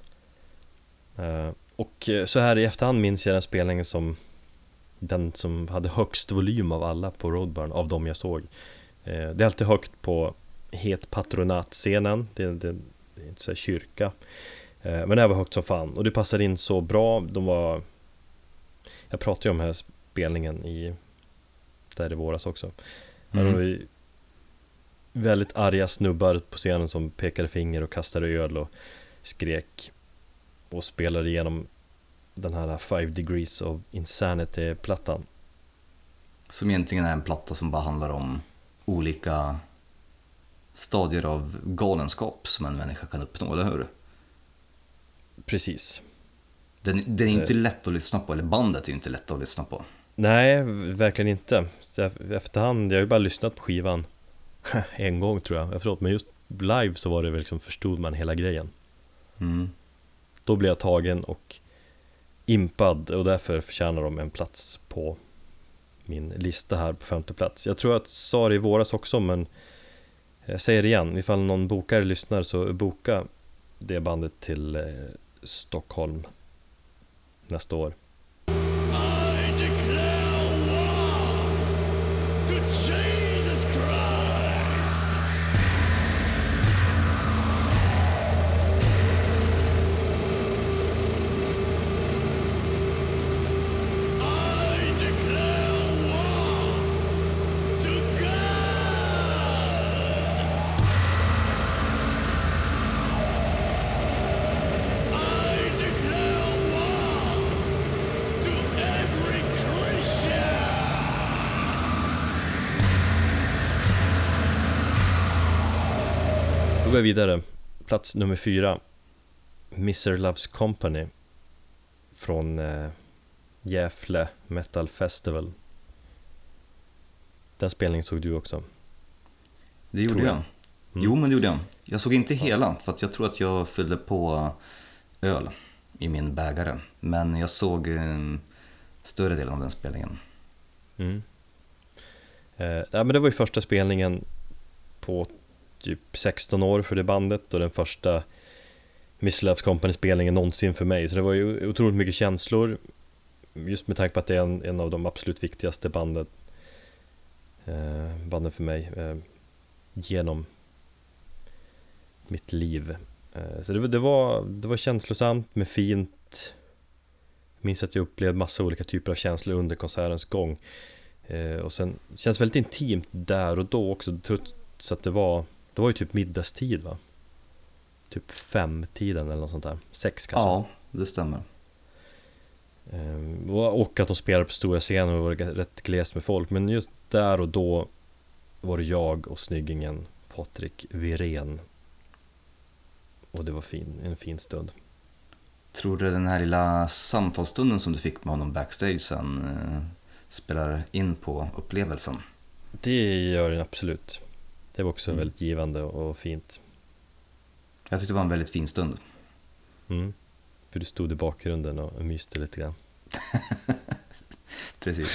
Och så här i efterhand minns jag den spelningen som den som hade högst volym av alla på Roadburn, av dem jag såg. Det är alltid högt på Het Patronat-scenen. Det är inte så här kyrka. Men det här var högt som fan. Och det passade in så bra. Jag pratade ju om den här spelningen där i våras också. Det var väldigt arga snubbar på scenen som pekade finger och kastade öl och skrek och spelade igenom den här 5 Degrees of Insanity-plattan. Som egentligen är en platta som bara handlar om olika stadier av galenskap som en människa kan uppnå, eller hur? Precis. Den är inte lätt att lyssna på, eller bandet är ju inte lätt att lyssna på. Nej, verkligen inte. Efterhand, jag har ju bara lyssnat på skivan en gång tror jag. Förlåt, men just live så var det väl liksom, förstod man hela grejen. Då blev jag tagen och impad, och därför förtjänar de en plats på min lista här på 5:e plats. Jag tror att jag sa det i våras också, men jag säger det igen, ifall någon bokare lyssnar, så boka det bandet till Stockholm nästa år. Då går jag vidare. Plats nummer 4. Misery Loves Company från Gävle Metal Festival. Den spelningen såg du också. Det gjorde jag. Jo, men det gjorde jag. Jag såg inte hela, för att jag tror att jag fyllde på öl i min bägare. Men jag såg större delen av den spelningen. Ja, men det var ju första spelningen på typ 16 år för det bandet, och den första Misery Loves Company-spelningen någonsin för mig. Så det var ju otroligt mycket känslor, just med tanke på att det är en av de absolut viktigaste banden för mig genom mitt liv. Så det var känslosamt med fint. Jag minns att jag upplevde massa olika typer av känslor under konsertens gång. Och sen känns väldigt intimt där och då också, så att det var ju typ middagstid, va? Typ 5-tiden eller något sånt där. 6 kanske. Ja, det stämmer. Och att de spelade på stora scener och var rätt glest med folk. Men just där och då var det jag och snyggingen Patrik Wirén. Och det var en fin stund. Tror du den här lilla samtalsstunden som du fick med honom backstage sen spelar in på upplevelsen? Det gör den absolut. Det var också väldigt givande och fint. Jag tyckte det var en väldigt fin stund. För du stod i bakgrunden och myste lite grann. Precis.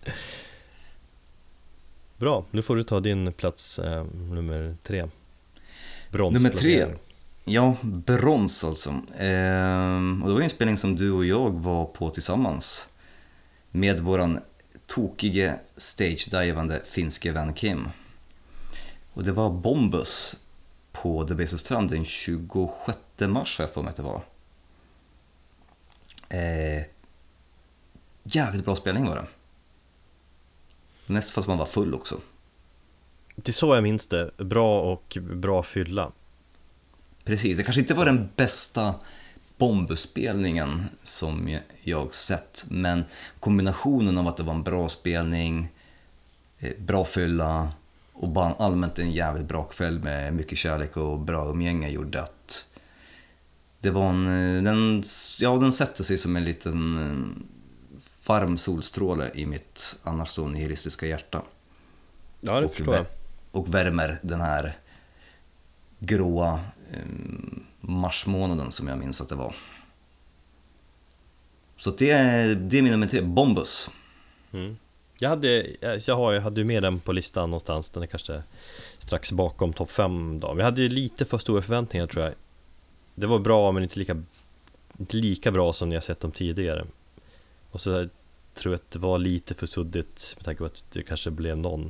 Bra, nu får du ta din plats nummer 3. Nummer 3. Ja, brons alltså. Och det var ju en spelning som du och jag var på tillsammans med våran tokige stage-divande finske vän Kim. Och det var Bombus på The Base of Strand den 26 mars, jag får mig att det var. Jävligt bra spelning var det. Mest för att man var full också. Det är så jag minns det, bra och bra fylla. Precis, det kanske inte var den bästa Bombus-spelningen som jag sett, men kombinationen av att det var en bra spelning, bra fylla och bara allmänt en jävligt bra kväll med mycket kärlek och bra umgänge gjorde att det var den sätter sig som en liten varm solstråle i mitt annars så nihilistiska hjärta. Ja, det förstår jag. Och värmer den här gråa marsmånaden som jag minns att det var. Så det är min nummer 3, Bombus. Jag hade ju med den på listan någonstans. Den är kanske strax bakom topp 5 då. Vi hade ju lite för stora förväntningar, tror jag. Det var bra, men inte lika bra som jag sett dem tidigare. Och så tror jag att det var lite för suddigt med tanke på att det kanske blev någon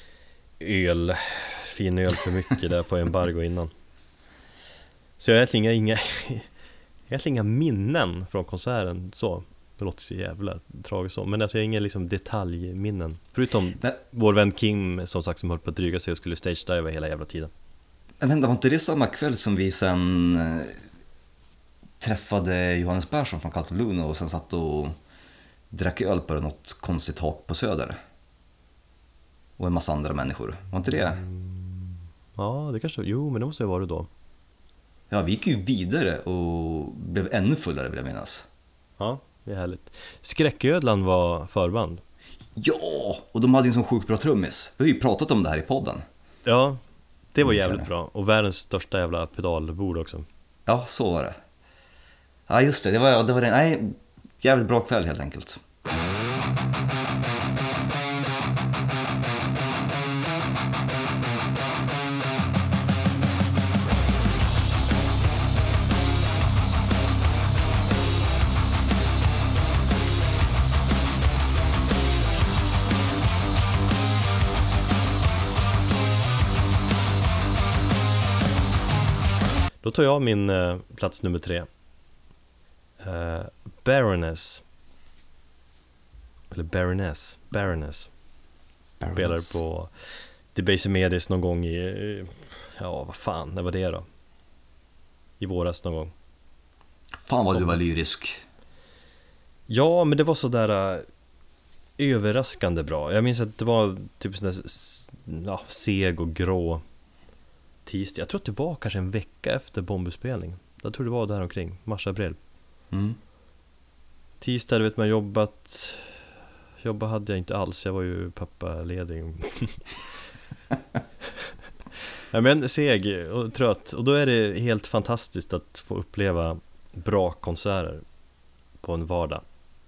fin öl för mycket där på embargo innan. Så jag har egentligen inga minnen från konserten så. Det låter så jävla tragiskt så. Men alltså jag har inga liksom detaljminnen. Förutom vår vän Kim som sagt som höll på att dryga sig och skulle stage-diva hela jävla tiden. Men vänta, var inte det samma kväll som vi sen träffade Johannes Persson från Cult of Luna och sen satt och drack öl på något konstigt tak på Söder? Och en massa andra människor. Var inte det? Ja, det kanske... Jo, men det måste ju vara det då. Ja, vi gick ju vidare och blev ännu fullare, vill jag minnas. Ja, det är härligt. Skräcködlan var förband. Ja, och de hade ju en sån sjukt bra trummis. Vi har ju pratat om det här i podden. Ja, det var jävligt bra. Och världens största jävla pedalbord också. Ja, så var det. Ja, just det. Det var en jävligt bra kväll helt enkelt. Då tar jag min plats nummer 3. Baroness. Eller Baroness. Spelar på Debaser Medis någon gång i... Ja, vad fan, när var det då? I våras någon gång. Fan vad du var lyrisk. Ja, men det var så där överraskande bra. Jag minns att det var typ sån där seg och grå tisdag. Jag tror att det var kanske en vecka efter bombutspelning. Jag tror det var där omkring, mars-april. Tisdag, du vet, man jobba hade jag inte alls. Jag var ju pappaledig. Ja, men seg och trött. Och då är det helt fantastiskt att få uppleva bra konserter på en vardag.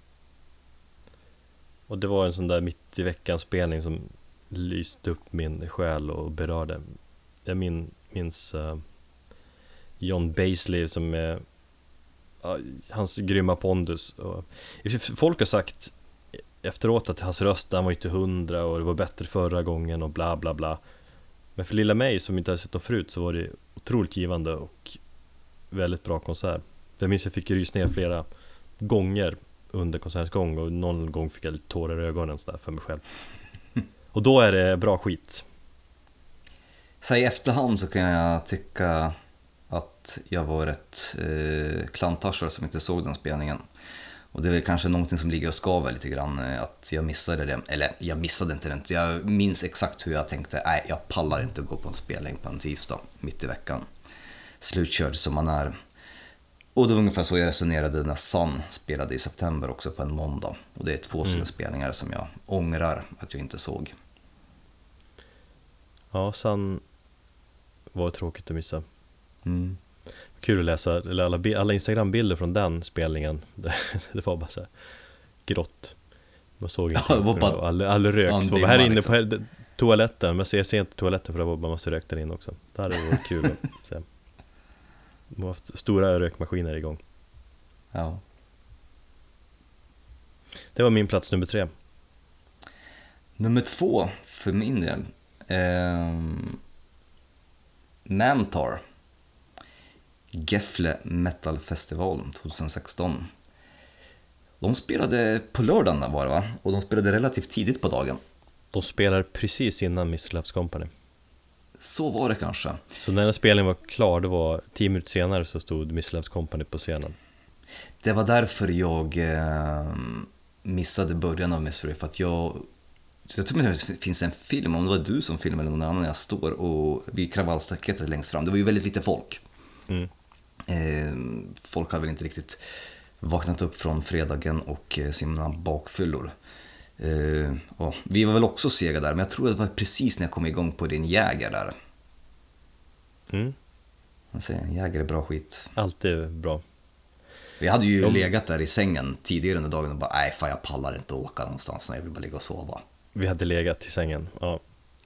Och det var en sån där mitt i veckan spelning som lyste upp min själ och berörde. Jag minns John Baisley som är hans grymma pondus. Och folk har sagt efteråt att hans röst, han var inte 100 och det var bättre förra gången och bla bla bla. Men för lilla mig som inte hade sett dem förut så var det otroligt givande och väldigt bra konsert. Jag minns jag fick rysningar flera gånger under konsertens gång och någon gång fick jag lite tårar i ögonen så där för mig själv. Och då är det bra skit. Så i efterhand så kan jag tycka att jag var rätt klantarsare som inte såg den spelningen. Och det är väl kanske någonting som ligger och skaver lite grann att jag missade det. Eller jag missade inte det. Jag minns exakt hur jag tänkte. Nej, jag pallar inte att gå på en spelning på en tisdag mitt i veckan. Slutkörd som man är. Och det var ungefär så jag resonerade när Sun spelade i september också på en måndag. Och det är 2 spelningar som jag ångrar att jag inte såg. Ja, Sun var tråkigt att missa. Kul att läsa alla Instagram-bilder från den spelningen. Det var bara så här grått. Man såg inte all rök. Så var här inne på toaletten. Men jag ser inte toaletten för det var bara massa rök där inne också. Det hade varit kul att se. De har haft stora rökmaskiner igång. Ja. Det var min plats nummer 3. Nummer 2 för min del. Mantar. Gefle Metal Festival 2016. De spelade på lördagen var det, va? Och de spelade relativt tidigt på dagen. De spelade precis innan Mr. Loves Company. Så var det kanske. Så när den spelningen var klar, det var 10 minuter senare så stod Miss Loves Company på scenen. Det var därför jag missade början av Misery, för att jag tror att det finns en film, om det var du som filmade eller någon annan, jag står och vid kravallstaketet längst fram. Det var ju väldigt lite folk. Folk hade väl inte riktigt vaknat upp från fredagen och sina bakfyllor. Vi var väl också sega där, men jag tror det var precis när jag kom igång på din Jäger där. Jag säger, Jäger är bra skit. Alltid bra. Vi hade ju legat där i sängen tidigare under dagen och bara, nej fan jag pallar inte att åka någonstans, jag vill bara ligga och sova. Vi hade legat i sängen, ja.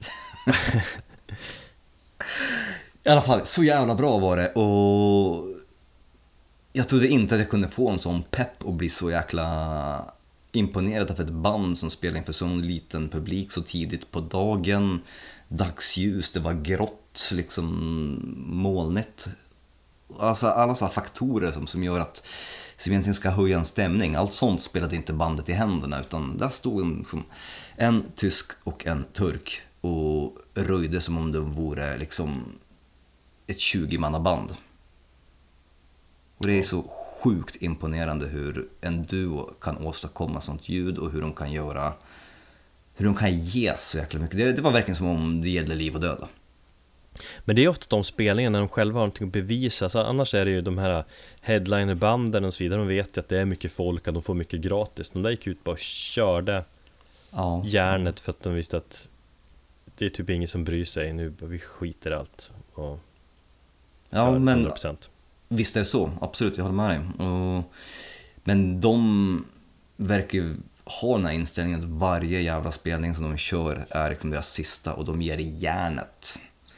I alla fall, så jävla bra var det, och jag trodde inte att jag kunde få en sån pepp och bli så jäkla imponerad av ett band som spelar inför sån liten publik så tidigt på dagen. Dagsljus, det var grått, liksom molnigt. Alltså alla så faktorer som gör att, som egentligen ska höja en stämning. Allt sånt spelade inte bandet i händerna, utan där stod liksom en tysk och en turk och röjde som om det vore liksom ett 20-mannaband. Och det är så sjukt imponerande hur en duo kan åstadkomma sånt ljud och hur de kan ge så jäkla mycket. Det var verkligen som om det gällde liv och död. Men det är ofta de spelningarna när de själva har någonting att bevisa. Så annars är det ju de här headlinerbanden och så vidare. De vet ju att det är mycket folk, att de får mycket gratis. De där gick ut bara och körde järnet för att de visste att det är typ ingen som bryr sig. Nu vi skiter i allt. Och ja, men 100%. Visst är det så, absolut, jag håller med dig. Men de verkar ju ha den här inställningen att varje jävla spelning som de kör är liksom deras sista, och de ger i järnet.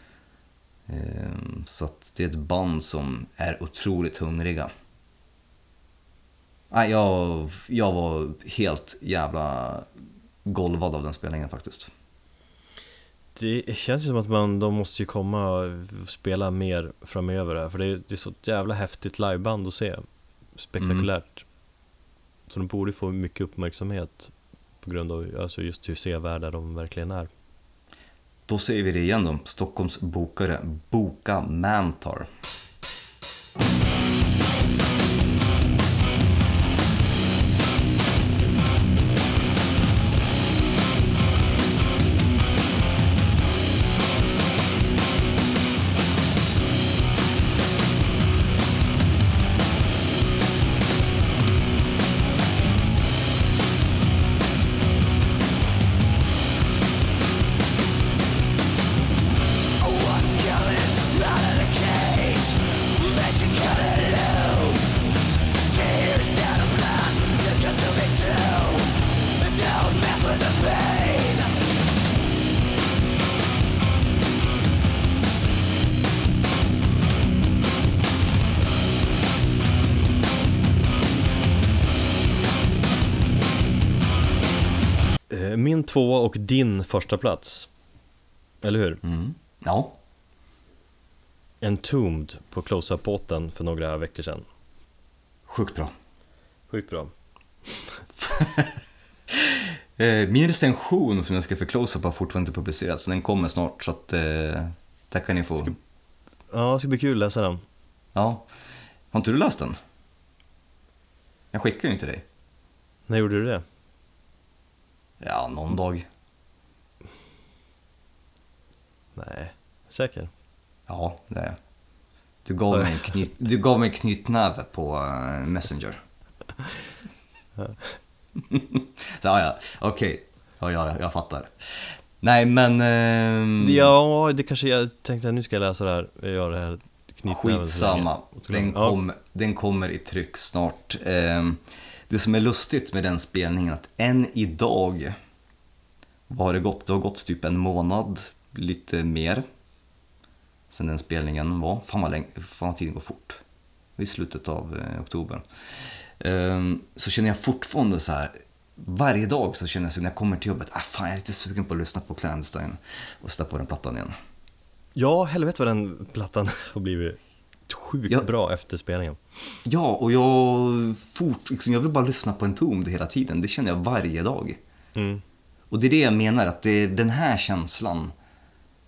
Så att det är ett band som är otroligt hungriga. Jag var helt jävla golvad av den spelningen faktiskt. Det känns ju som att de måste ju komma och spela mer framöver här, för det är så ett jävla häftigt liveband att se. Spektakulärt. Så de borde få mycket uppmärksamhet på grund av alltså just hur sevärda de verkligen är. Då ser vi det igen då. Stockholms bokare, Boka Mantar. Min 2 och din första plats. Eller hur? Ja. Entombed på Close-Up-båten för några veckor sedan. Sjukt bra. Sjukt bra. Min recension som jag ska för Close-Up har fortfarande inte publicerats, så den kommer snart, så att där kan ni få. Ja, det ska bli kul att läsa den. Ja. Har inte du läst den? Jag skickar den inte till dig. När gjorde du det? Ja, någon dag. Nej, säker. Ja, det är. Du gav mig en knytnäve på Messenger. Ja, okej. Ja, jag fattar. Nej, men ja, det kanske jag tänkte att nu ska jag läsa det här. Jag gör det här knytnäven. Skitsamma. Den kommer i tryck snart. Det som är lustigt med den spelningen att än idag var det har gått typ en månad, lite mer sen den spelningen var. Fan vad tiden går fort. I slutet av oktober. Så känner jag fortfarande så här, varje dag så känner jag så när jag kommer till jobbet, fan jag är lite sugen på att lyssna på Clandestine och sätta på den plattan igen. Ja, helvete vad den plattan har blivit sjukt bra efter spelningen. Ja, och jag vill bara lyssna på Entombed hela tiden. Det känner jag varje dag. Och det är det jag menar, att det är den här känslan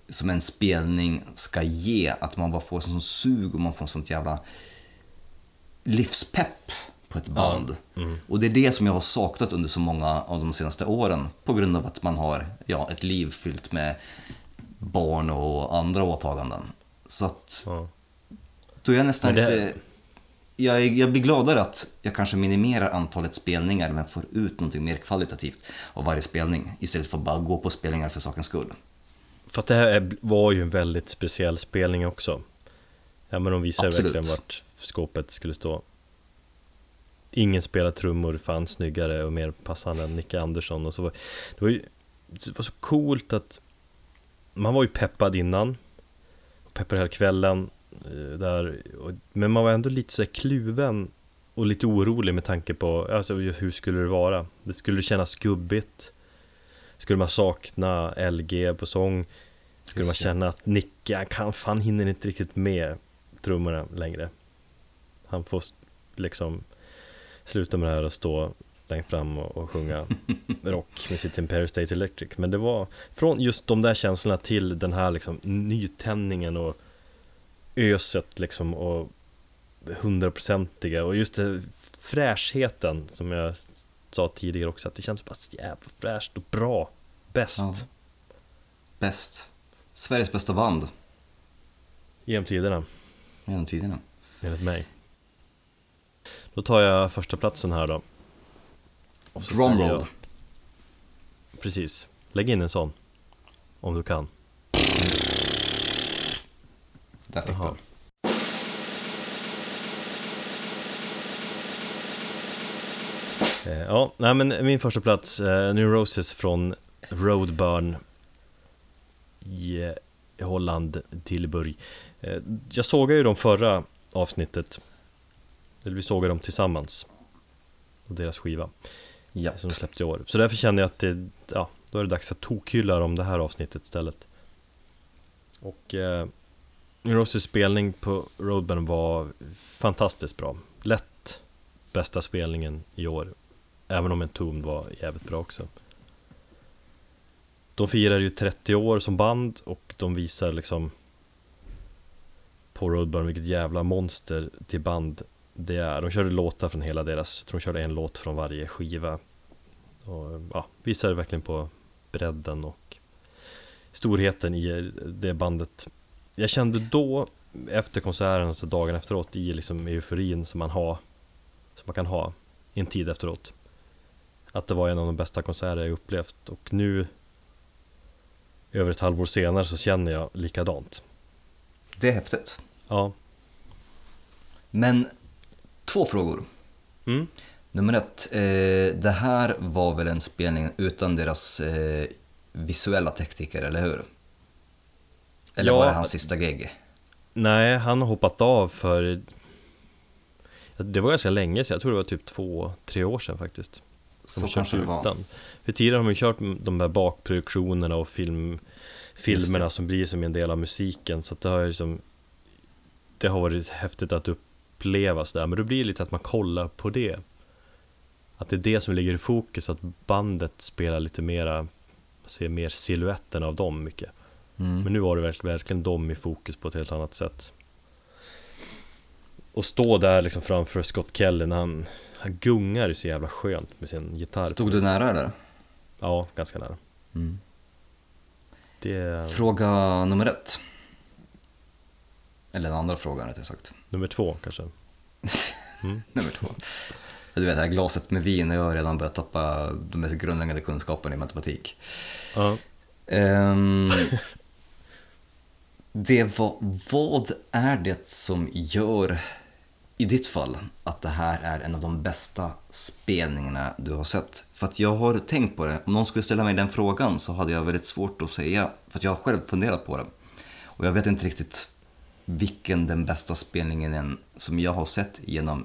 som en spelning ska ge, att man bara får sån sug och man får sånt jävla livspepp på ett band. Och det är det som jag har saknat under så många av de senaste åren, på grund av att man har ett liv fyllt med barn och andra åtaganden. Så att då är jag nästan lite... Jag blir gladare att jag kanske minimerar antalet spelningar men får ut någonting mer kvalitativt av varje spelning, istället för att bara gå på spelningar för sakens skull. Fast det här var ju en väldigt speciell spelning också. Ja, men de visade verkligen vart skåpet skulle stå. Ingen spelar trummor fan snyggare och mer passande än Nicke Andersson. Och så det var så coolt att man var ju peppad innan, peppad hela kvällen där, men man var ändå lite så kluven och lite orolig med tanke på hur skulle det vara. Det skulle kännas skubbigt. Skulle man sakna LG på sång? Skulle man känna att Nicke han hinner inte riktigt med trummorna längre. Han får liksom sluta med det här och stå längst fram och sjunga rock med sitt Empire State Electric. Men det var från just de där känslorna till den här liksom nytändningen och öset liksom, och 100-procentiga, och just det, fräschheten som jag sa tidigare också, att det känns bara så jävla fräscht och bra. Bäst. Ja. Bäst. Sveriges bästa band genom tiderna. Enligt mig. Då tar jag första platsen här då. Drumroll. Precis. Lägg in en sån om du kan. Där fick du. Ja, nej, men min första plats, Neurosis från Roadburn i Holland, Tilburg. Jag såg ju de förra avsnittet, eller vi såg dem tillsammans, och deras skiva som de släppte i år. Så därför kände jag att då är det dags att tokhylla om det här avsnittet istället. Och Neurosis spelning på Roadburn var fantastiskt bra. Lätt bästa spelningen i år, även om Entombed var jävligt bra också. De firar ju 30 år som band, och de visar liksom på Roadburn vilket jävla monster till band det är. De körde låtar från hela deras, jag tror de körde en låt från varje skiva, och visar verkligen på bredden och storheten i det bandet. Jag kände då efter konserten och så dagen efteråt i liksom euforin som man kan ha en tid efteråt, att det var en av de bästa konserter jag upplevt. Och nu över ett halvår senare så känner jag likadant. Det är häftigt. Ja. Men 2 frågor. Nummer 1, det här var väl en spelning utan deras visuella tekniker, eller hur? Eller var det hans sista gig? Nej, han har hoppat av för... Det var ganska länge sedan, jag tror det var typ 2-3 år sedan faktiskt. Så kanske det var. För tidigare har man ju kört de där bakproduktionerna och filmerna som blir som en del av musiken. Så att det har varit häftigt att uppleva så där. Men då blir det lite att man kollar på det. Att det är det som ligger i fokus, att bandet spelar lite mera, ser mer siluetten av dem mycket. Men nu var det verkligen dem i fokus på ett helt annat sätt. Och stå där liksom framför Scott Kelly när han gungar så jävla skönt med sin gitarr. Stod du nära eller? Ja, ganska nära. Fråga nummer 1. Eller den andra frågan rättare sagt. Nummer 2 kanske. Nummer 2. Du vet, det här glaset med vin, jag har redan börjat tappa de mest grundläggande kunskapen i matematik. Vad är det som gör i ditt fall att det här är en av de bästa spelningarna du har sett? För att jag har tänkt på det. Om någon skulle ställa mig den frågan så hade jag väldigt svårt att säga, för att jag har själv funderat på det. Och jag vet inte riktigt vilken den bästa spelningen är som jag har sett genom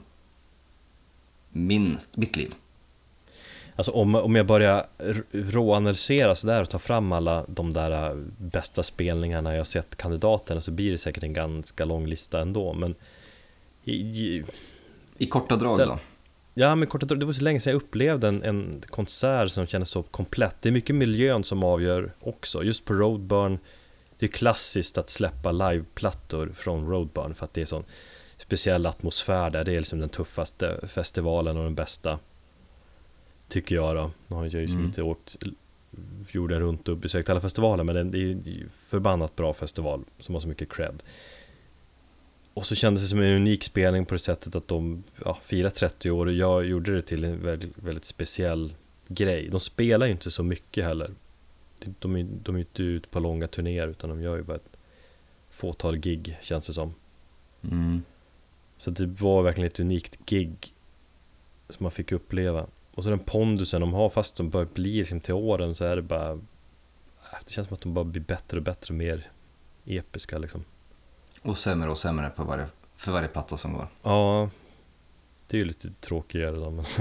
mitt liv. Alltså om jag börjar råanalysera så där och ta fram alla de där bästa spelningarna jag sett kandidaterna, så blir det säkert en ganska lång lista ändå. Men i korta drag då? Ja, men korta drag. Det var så länge sedan jag upplevde en konsert som kändes så komplett. Det är mycket miljön som avgör också. Just på Roadburn, det är klassiskt att släppa liveplattor från Road Barn för att det är sån speciell atmosfär där. Det är liksom den tuffaste festivalen och den bästa, tycker jag då. Nu har jag ju inte åkt jorden runt och besökt alla festivaler, men det är ju förbannat bra festival som har så mycket cred. Och så kändes det som en unik spelning på det sättet att de firar 30 år och jag gjorde det till en väldigt, väldigt speciell grej. De spelar ju inte så mycket heller. De är inte ute på långa turnéer, utan de gör ju bara ett fåtal gig, känns det som. Så det var verkligen ett unikt gig som man fick uppleva. Och så den pondusen de har, fast de börjar bli liksom till åren, så är det bara, det känns som att de bara blir bättre och bättre, mer episka liksom. Och sämre för varje platta som går. Ja, det är ju lite tråkigare då, men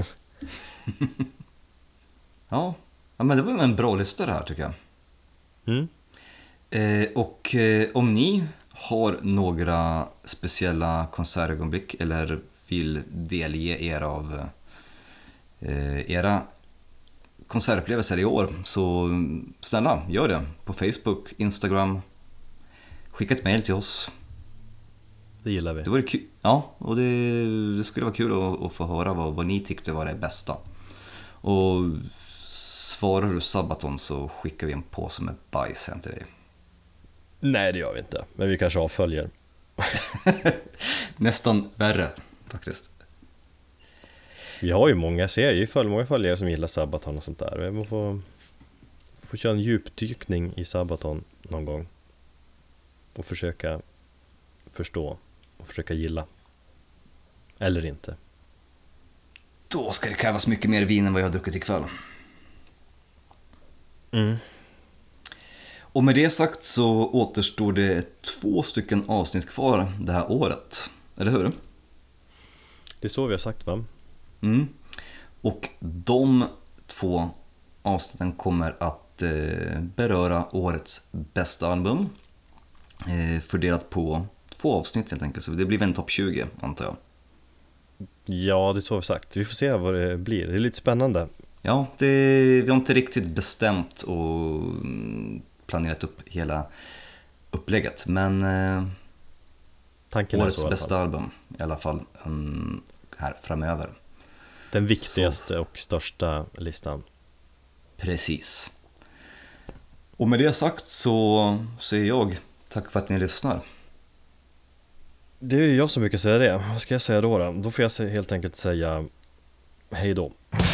Ja, men det var en bra lista det här, tycker jag. Och om ni har några speciella konsertögonblick eller vill delge er av era konsertupplevelser i år, så snälla, gör det på Facebook, Instagram. Skicka ett mail till oss. det gillar vi. Det vore kul. Ja, och det skulle vara kul att få höra vad ni tyckte var det bästa. Och svarar du Sabaton så skickar vi en påse med bajs hem till dig. Nej, det gör vi inte, men vi kanske avföljer. Nästan värre, faktiskt. Vi har ju många följare som gillar Sabaton och sånt där. Vi får köra en djupdykning i Sabaton någon gång och försöka förstå och försöka gilla. Eller inte. Då ska det krävas mycket mer vin än vad jag har druckit ikväll. Och med det sagt så återstår det 2 stycken avsnitt kvar det här året. Eller hur? Det är så vi har sagt, va? Och de 2 avsnitten kommer att beröra årets bästa album. Fördelat på 2 avsnitt helt enkelt. Så det blir en topp 20, antar jag. Ja, det är så vi har sagt. Vi får se vad det blir. Det är lite spännande. Ja, vi har inte riktigt bestämt och planerat upp hela upplägget. Men Tanken är årets så, bästa album i alla fall här framöver. Den viktigaste och största listan. Precis. Och med det sagt så säger jag tack för att ni lyssnar. Det är ju jag som brukar säga det. Vad ska jag säga då? Då får jag helt enkelt säga hej då.